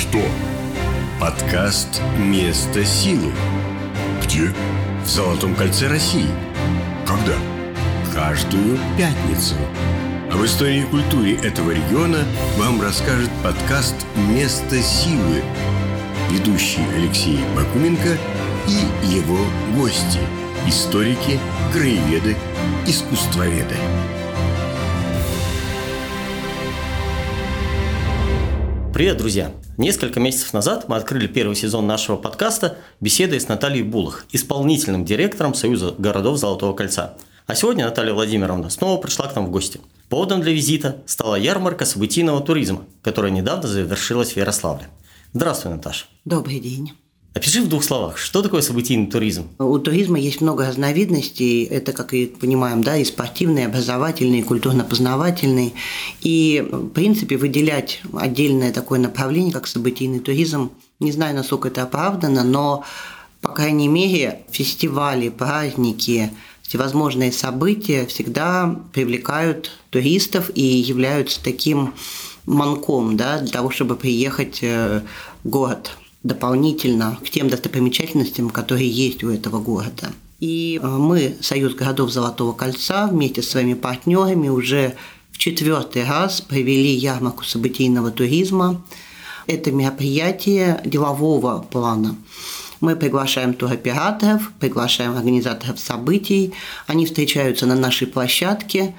Что? Подкаст «Место силы». Где? В Золотом кольце России. Когда? Каждую пятницу. Об истории и культуре этого региона вам расскажет подкаст «Место силы». Ведущий Алексей Бакуменко и его гости – историки, краеведы, искусствоведы. Привет, друзья! Несколько месяцев назад мы открыли первый сезон нашего подкаста беседой с Натальей Булах, исполнительным директором Союза городов Золотого кольца. А сегодня Наталья Владимировна снова пришла к нам в гости. Поводом для визита стала ярмарка событийного туризма, которая недавно завершилась в Ярославле. Здравствуй, Наташа. Добрый день. Опиши в двух словах, что такое событийный туризм? У туризма есть много разновидностей. Это, как и понимаем, и спортивный, и образовательный, и культурно-познавательный. И, в принципе, выделять отдельное такое направление, как событийный туризм, не знаю, насколько это оправдано, но, по крайней мере, фестивали, праздники, всевозможные события всегда привлекают туристов и являются таким манком, для того, чтобы приехать в город дополнительно к тем достопримечательностям, которые есть у этого города. И мы, Союз городов Золотого кольца, вместе с своими партнерами уже в 4-й раз провели ярмарку событийного туризма. Это мероприятие делового плана. Мы приглашаем туроператоров, приглашаем организаторов событий. Они встречаются на нашей площадке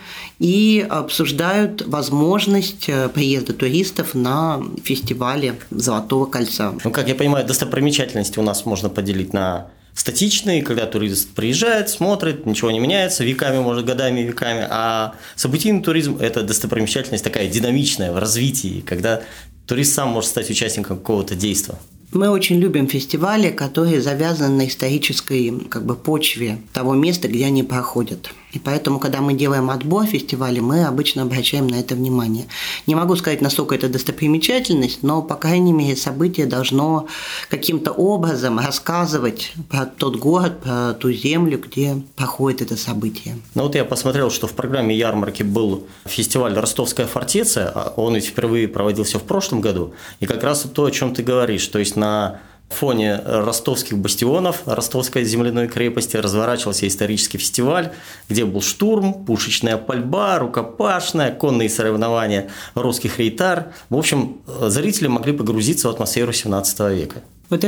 и обсуждают возможность приезда туристов на фестивале Золотого кольца. Как я понимаю, достопримечательности у нас можно поделить на статичные, когда турист приезжает, смотрит, ничего не меняется, веками, может, годами, веками. А событийный туризм – это достопримечательность такая динамичная в развитии, когда турист сам может стать участником какого-то действия. Мы очень любим фестивали, которые завязаны на исторической почве того места, где они проходят. И поэтому, когда мы делаем отбор фестивалей, мы обычно обращаем на это внимание. Не могу сказать, насколько это достопримечательность, но, по крайней мере, событие должно каким-то образом рассказывать про тот город, про ту землю, где проходит это событие. Я посмотрел, что в программе ярмарки был фестиваль «Ростовская фортеца», он ведь впервые проводился в прошлом году, и как раз то, о чем ты говоришь, то есть на фоне ростовских бастионов, Ростовской земляной крепости разворачивался исторический фестиваль, где был штурм, пушечная пальба, рукопашная, конные соревнования русских рейтар. В общем, зрители могли погрузиться в атмосферу 17 века.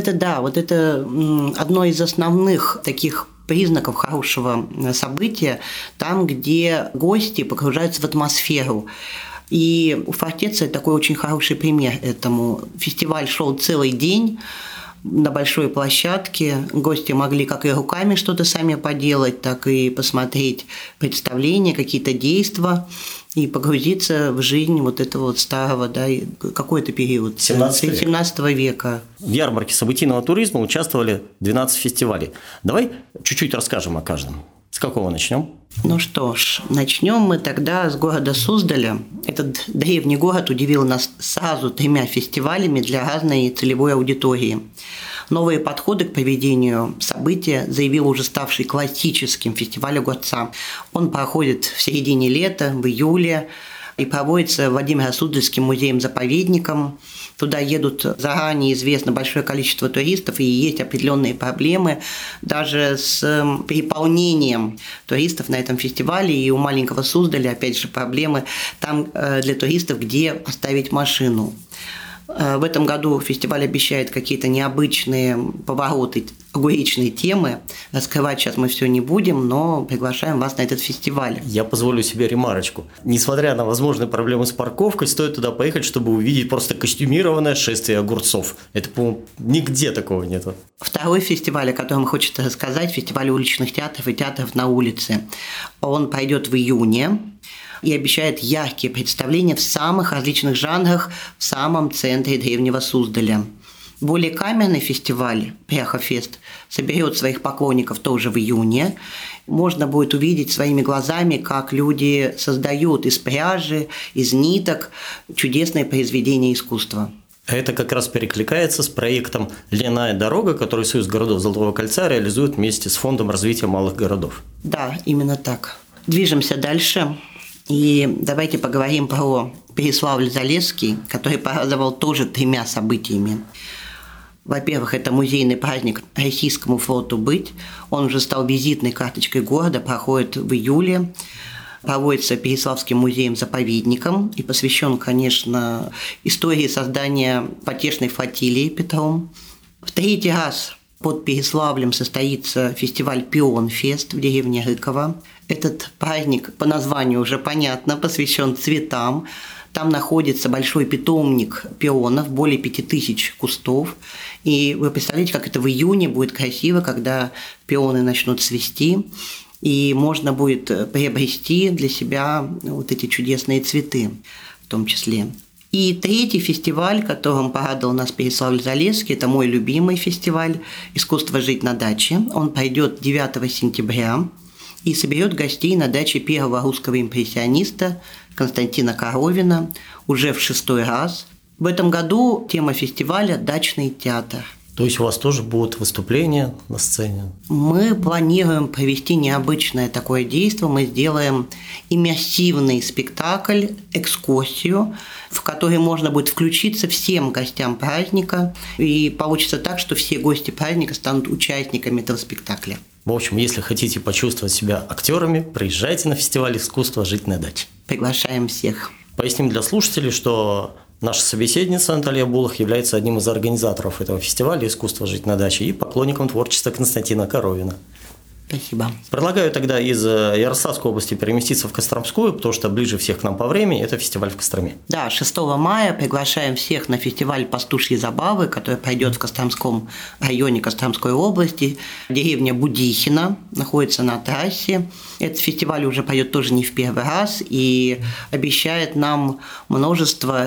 Это одно из основных таких признаков хорошего события, там, где гости погружаются в атмосферу. И у фортецы такой очень хороший пример этому. Фестиваль шел целый день на большой площадке. Гости могли как и руками что-то сами поделать, так и посмотреть представления, какие-то действия и погрузиться в жизнь этого старого, какой-то период, 17 века. В ярмарке событийного туризма участвовали 12 фестивалей. Давай чуть-чуть расскажем о каждом. С какого начнем? Начнем мы тогда с города Суздаля. Этот древний город удивил нас сразу 3 фестивалями для разной целевой аудитории. Новые подходы к проведению события заявил уже ставший классическим фестиваль огурца. Он проходит в середине лета, в июле, и проводится Владимиро-Суздальским музеем-заповедником. Туда едут заранее известно большое количество туристов, и есть определенные проблемы даже с переполнением туристов на этом фестивале. И у маленького Суздаля, опять же, проблемы там для туристов, где оставить машину. В этом году фестиваль обещает какие-то необычные повороты, огуречные темы. Раскрывать сейчас мы все не будем, но приглашаем вас на этот фестиваль. Я позволю себе ремарочку. Несмотря на возможные проблемы с парковкой, стоит туда поехать, чтобы увидеть просто костюмированное шествие огурцов. Это, по-моему, нигде такого нету. Второй фестиваль, о котором хочется рассказать, фестиваль уличных театров и театров на улице. Он пройдет в июне и обещает яркие представления в самых различных жанрах в самом центре древнего Суздаля. Более камерный фестиваль Пряхофест соберет своих поклонников тоже в июне. Можно будет увидеть своими глазами, как люди создают из пряжи, из ниток чудесные произведения искусства. Это как раз перекликается с проектом «Льняная дорога», который Союз городов Золотого кольца реализует вместе с Фондом развития малых городов. Да, именно так. Движемся дальше. И давайте поговорим про Переславль-Залесский, который порадовал тоже 3 событиями. Во-первых, это музейный праздник Российскому флоту «Быть». Он уже стал визитной карточкой города, проходит в июле. Проводится Переславским музеем-заповедником и посвящен, конечно, истории создания потешной флотилии Петром. В 3-й раз под Переславлем состоится фестиваль «Пионфест» в деревне Рыково. Этот праздник, по названию уже понятно, посвящен цветам. Там находится большой питомник пионов, более 5000 кустов. И вы представляете, как это в июне будет красиво, когда пионы начнут цвести. И можно будет приобрести для себя вот эти чудесные цветы в том числе. И 3-й фестиваль, которым порадовал нас Переславль-Залесский, это мой любимый фестиваль «Искусство жить на даче». Он пройдет 9 сентября и соберет гостей на даче первого русского импрессиониста Константина Коровина уже в 6-й раз. В этом году тема фестиваля «Дачный театр». То есть у вас тоже будут выступления на сцене? Мы планируем провести необычное такое действие. Мы сделаем иммерсивный спектакль, экскурсию, в который можно будет включиться всем гостям праздника. И получится так, что все гости праздника станут участниками этого спектакля. В общем, если хотите почувствовать себя актерами, приезжайте на фестиваль искусства «Жить на даче». Приглашаем всех. Поясним для слушателей, что наша собеседница Наталья Булах является одним из организаторов этого фестиваля «Искусство жить на даче» и поклонником творчества Константина Коровина. Спасибо. Предлагаю тогда из Ярославской области переместиться в Костромскую, потому что ближе всех к нам по времени – это фестиваль в Костроме. Да, 6 мая приглашаем всех на фестиваль «Пастушьи забавы», который пройдет в Костромском районе Костромской области. Деревня Будихина находится на трассе. Этот фестиваль уже пойдет тоже не в первый раз и обещает нам множество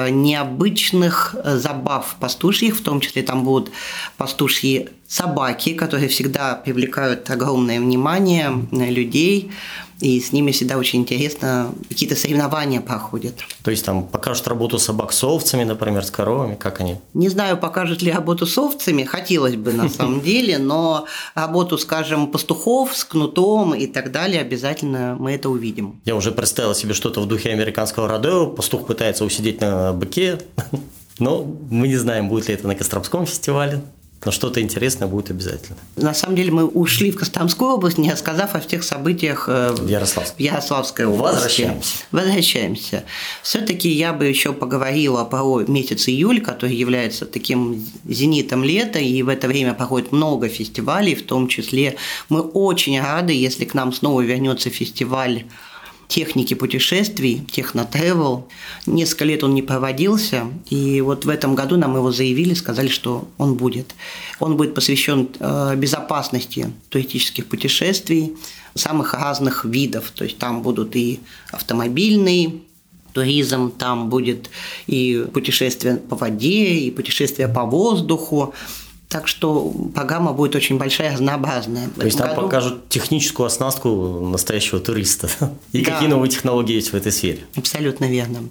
необычных забав пастушьих, в том числе там будут пастушьи собаки, которые всегда привлекают огромное внимание людей, и с ними всегда очень интересно, какие-то соревнования проходят. То есть там покажут работу собак с овцами, например, с коровами, как они? Не знаю, покажут ли работу с овцами, хотелось бы на самом деле, но работу, скажем, пастухов с кнутом и так далее, обязательно мы это увидим. Я уже представил себе что-то в духе американского родео, пастух пытается усидеть на быке, но мы не знаем, будет ли это на Костромском фестивале. Но что-то интересное будет обязательно. На самом деле мы ушли в Костромскую область, не рассказав о тех событиях в Ярославской области. Возвращаемся. Все-таки я бы еще поговорила про месяц июль, который является таким зенитом лета, и в это время проходит много фестивалей, в том числе мы очень рады, если к нам снова вернется фестиваль техники путешествий, технотревел. Несколько лет он не проводился, и вот в этом году нам его заявили, сказали, что он будет. Он будет посвящен безопасности туристических путешествий самых разных видов, то есть там будут и автомобильный туризм, там будет и путешествия по воде, и путешествия по воздуху. Так что программа будет очень большая, разнообразная. То есть там покажут техническую оснастку настоящего туриста и какие новые технологии есть в этой сфере. Абсолютно верно.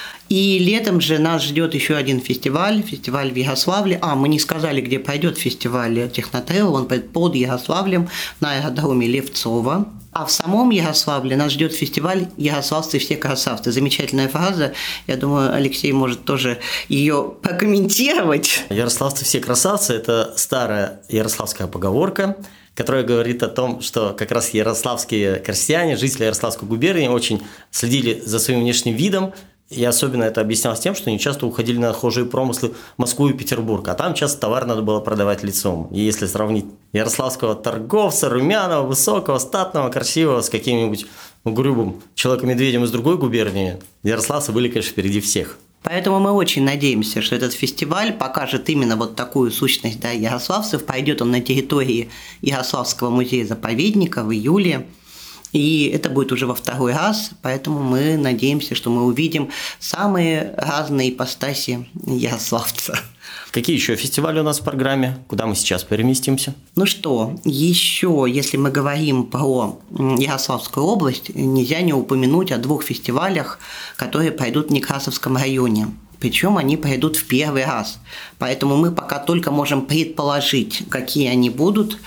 И летом же нас ждет еще один фестиваль в Ярославле. Мы не сказали, где пойдет фестиваль технотревел, он пойдет под Ярославлем на аэродроме Левцова. А в самом Ярославле нас ждет фестиваль «Ярославцы все красавцы». Замечательная фраза. Я думаю, Алексей может тоже ее прокомментировать. «Ярославцы все красавцы» – это старая ярославская поговорка, которая говорит о том, что как раз ярославские крестьяне, жители Ярославской губернии очень следили за своим внешним видом. И особенно это объяснялось тем, что они часто уходили на отхожие промыслы в Москву и Петербург, а там часто товар надо было продавать лицом. И если сравнить ярославского торговца, румяного, высокого, статного, красивого с каким-нибудь грубым человеком-медведем из другой губернии, ярославцы были, конечно, впереди всех. Поэтому мы очень надеемся, что этот фестиваль покажет именно вот такую сущность ярославцев. Пройдет он на территории Ярославского музея-заповедника в июле. И это будет уже во второй раз, поэтому мы надеемся, что мы увидим самые разные ипостаси ярославца. Какие еще фестивали у нас в программе? Куда мы сейчас переместимся? Ну что, еще, если мы говорим про Ярославскую область, нельзя не упомянуть о 2 фестивалях, которые пройдут в Некрасовском районе. Причем они пройдут в первый раз. Поэтому мы пока только можем предположить, какие они будут.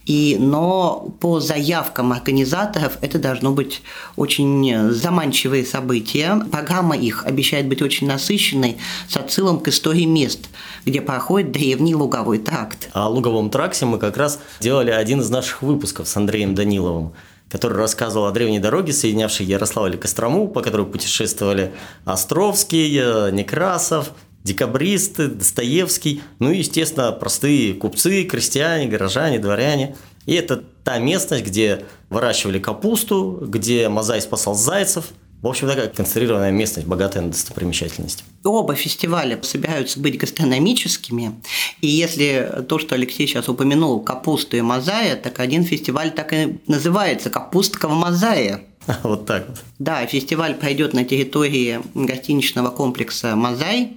Но по заявкам организаторов это должно быть очень заманчивые события. Программа их обещает быть очень насыщенной, с отсылом к истории мест, где проходит древний луговой тракт. О луговом тракте мы как раз делали один из наших выпусков с Андреем Даниловым, который рассказывал о древней дороге, соединявшей Ярославль и Кострому, по которой путешествовали Островский, Некрасов, декабристы, Достоевский, ну и, естественно, простые купцы, крестьяне, горожане, дворяне. И это та местность, где выращивали капусту, где Мазай спасал зайцев. В общем, такая концентрированная местность, богатая на достопримечательности. Оба фестиваля собираются быть гастрономическими. И если то, что Алексей сейчас упомянул, капусту и Мазая, так один фестиваль так и называется «Капустка в Мазае». Вот так вот. Да, фестиваль пройдет на территории гостиничного комплекса «Мазай».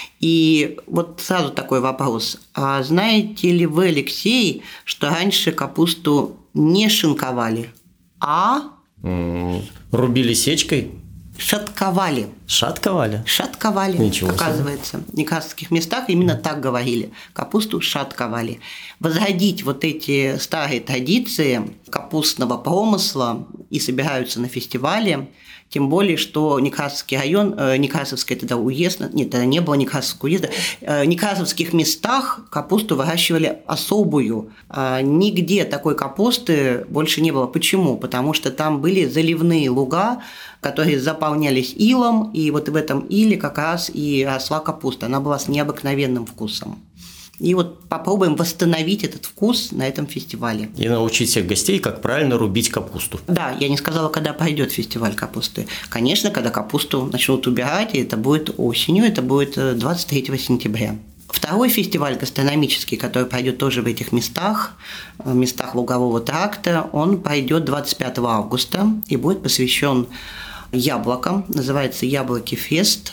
И вот сразу такой вопрос. А знаете ли вы, Алексей, что раньше капусту не шинковали, а… Рубили сечкой? Шатковали. Шатковали? Шатковали. Ничего себе. Оказывается, в некрасовских местах именно так говорили. Капусту шатковали. Возродить вот эти старые традиции капустного промысла и собираются на фестивале. Тем более, что Некрасовский район, Некрасовский тогда уезд, нет, тогда не было Некрасовского уезда, в некрасовских местах капусту выращивали особую. Нигде такой капусты больше не было. Почему? Потому что там были заливные луга, которые заполнялись илом, и вот в этом иле как раз и росла капуста. Она была с необыкновенным вкусом. И вот попробуем восстановить этот вкус на этом фестивале. И научить всех гостей, как правильно рубить капусту. Да, я не сказала, когда пройдет фестиваль капусты. Конечно, когда капусту начнут убирать, и это будет осенью, это будет 23 сентября. Второй фестиваль гастрономический, который пройдет тоже в этих местах лугового тракта, он пройдет 25 августа и будет посвящен яблокам, называется «Яблоки-фест».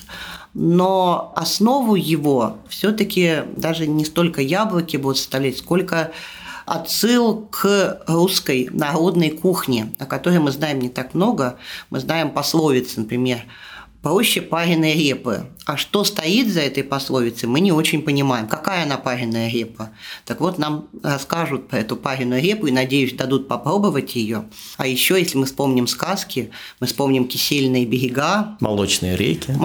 Но основу его все-таки даже не столько яблоки будут составлять, сколько отсыл к русской народной кухне, о которой мы знаем не так много. Мы знаем пословицы, например, «проще пареной репы». А что стоит за этой пословицей, мы не очень понимаем. Какая она пареная репа? Так вот, нам расскажут про эту пареную репу и, надеюсь, дадут попробовать ее. А еще, если мы вспомним сказки, мы вспомним кисельные берега, молочные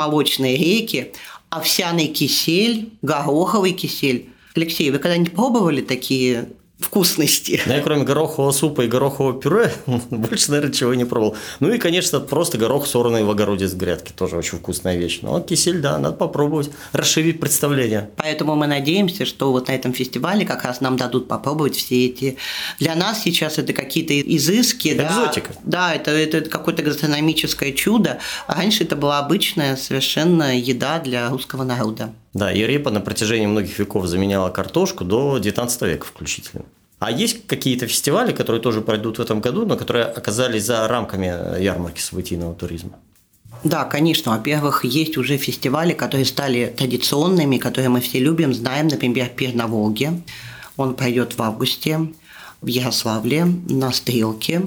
реки, овсяный кисель, гороховый кисель. Алексей, вы когда-нибудь пробовали такие вкусности? Я кроме горохового супа и горохового пюре больше, наверное, чего не пробовал. Ну и, конечно, просто горох, сорванный в огороде с грядки. Тоже очень вкусная вещь. Но кисель, да, надо попробовать, расширить представление. Поэтому мы надеемся, что вот на этом фестивале как раз нам дадут попробовать все эти… Для нас сейчас это какие-то изыски. Экзотика. Да, это какое-то гастрономическое чудо. А раньше это была обычная совершенно еда для русского народа. Да, и репа на протяжении многих веков заменяла картошку до 19 века включительно. А есть какие-то фестивали, которые тоже пройдут в этом году, но которые оказались за рамками ярмарки событийного туризма? Да, конечно. Во-первых, есть уже фестивали, которые стали традиционными, которые мы все любим, знаем, например, «Пир на Волге». Он пройдет в августе в Ярославле на Стрелке.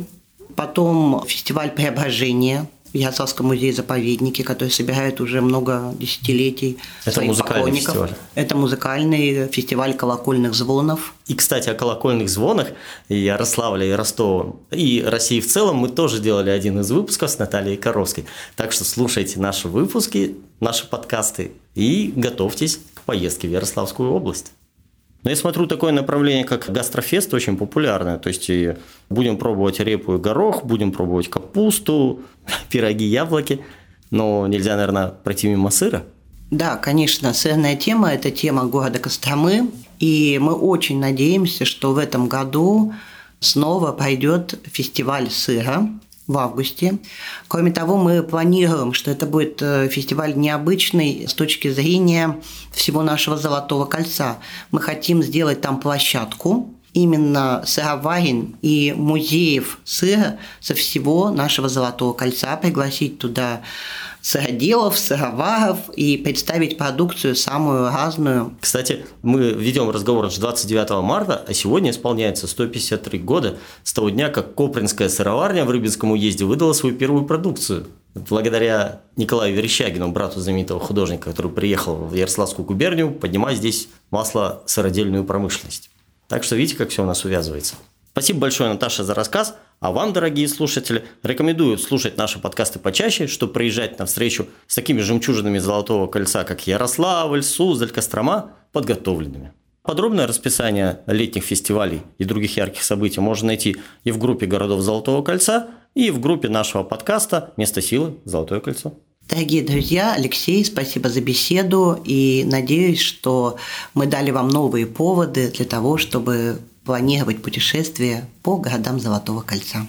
Потом фестиваль «Преображение» в Ярославском музее-заповеднике, который собирает уже много десятилетий своих поклонников. Фестиваль. Это музыкальный фестиваль колокольных звонов. И, кстати, о колокольных звонах и Ярославля, и Ростова, и России в целом мы тоже делали один из выпусков с Натальей Коровской. Так что слушайте наши выпуски, наши подкасты и готовьтесь к поездке в Ярославскую область. Но я смотрю, такое направление, как гастрофест, очень популярное. То есть и будем пробовать репу и горох, будем пробовать капусту, пироги, яблоки. Но нельзя, наверное, пройти мимо сыра. Да, конечно, сырная тема – это тема города Костромы. И мы очень надеемся, что в этом году снова пройдет фестиваль сыра в августе. Кроме того, мы планируем, что это будет фестиваль необычный с точки зрения всего нашего Золотого кольца. Мы хотим сделать там площадку именно сыроварен и музеев сыра со всего нашего Золотого кольца, пригласить туда сыроделов, сыроваров и представить продукцию самую разную. Кстати, мы ведем разговор с 29 марта, а сегодня исполняется 153 года с того дня, как Копринская сыроварня в Рыбинском уезде выдала свою первую продукцию. благодаря Николаю Верещагину, брату знаменитого художника, который приехал в Ярославскую губернию, поднимать здесь маслосыродельную промышленность. Так что видите, как все у нас увязывается. Спасибо большое, Наташа, за рассказ. А вам, дорогие слушатели, рекомендую слушать наши подкасты почаще, чтобы приезжать на встречу с такими жемчужинами Золотого кольца, как Ярославль, Суздаль, Кострома, подготовленными. Подробное расписание летних фестивалей и других ярких событий можно найти и в группе городов Золотого кольца, и в группе нашего подкаста «Место силы. Золотое кольцо». Дорогие друзья, Алексей, спасибо за беседу, и надеюсь, что мы дали вам новые поводы для того, чтобы планировать путешествия по городам Золотого кольца.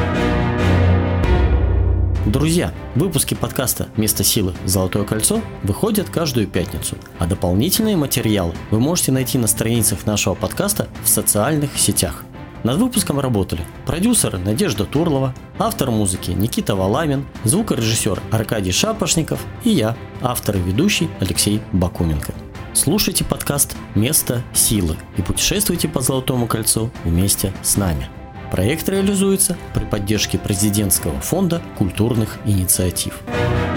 Друзья, выпуски подкаста «Место силы. Золотое кольцо» выходят каждую пятницу, а дополнительные материалы вы можете найти на страницах нашего подкаста в социальных сетях. Над выпуском работали продюсер Надежда Турлова, автор музыки Никита Валамин, звукорежиссер Аркадий Шапошников и я, автор и ведущий Алексей Бакуменко. Слушайте подкаст «Место силы» и путешествуйте по Золотому кольцу вместе с нами. Проект реализуется при поддержке Президентского фонда культурных инициатив.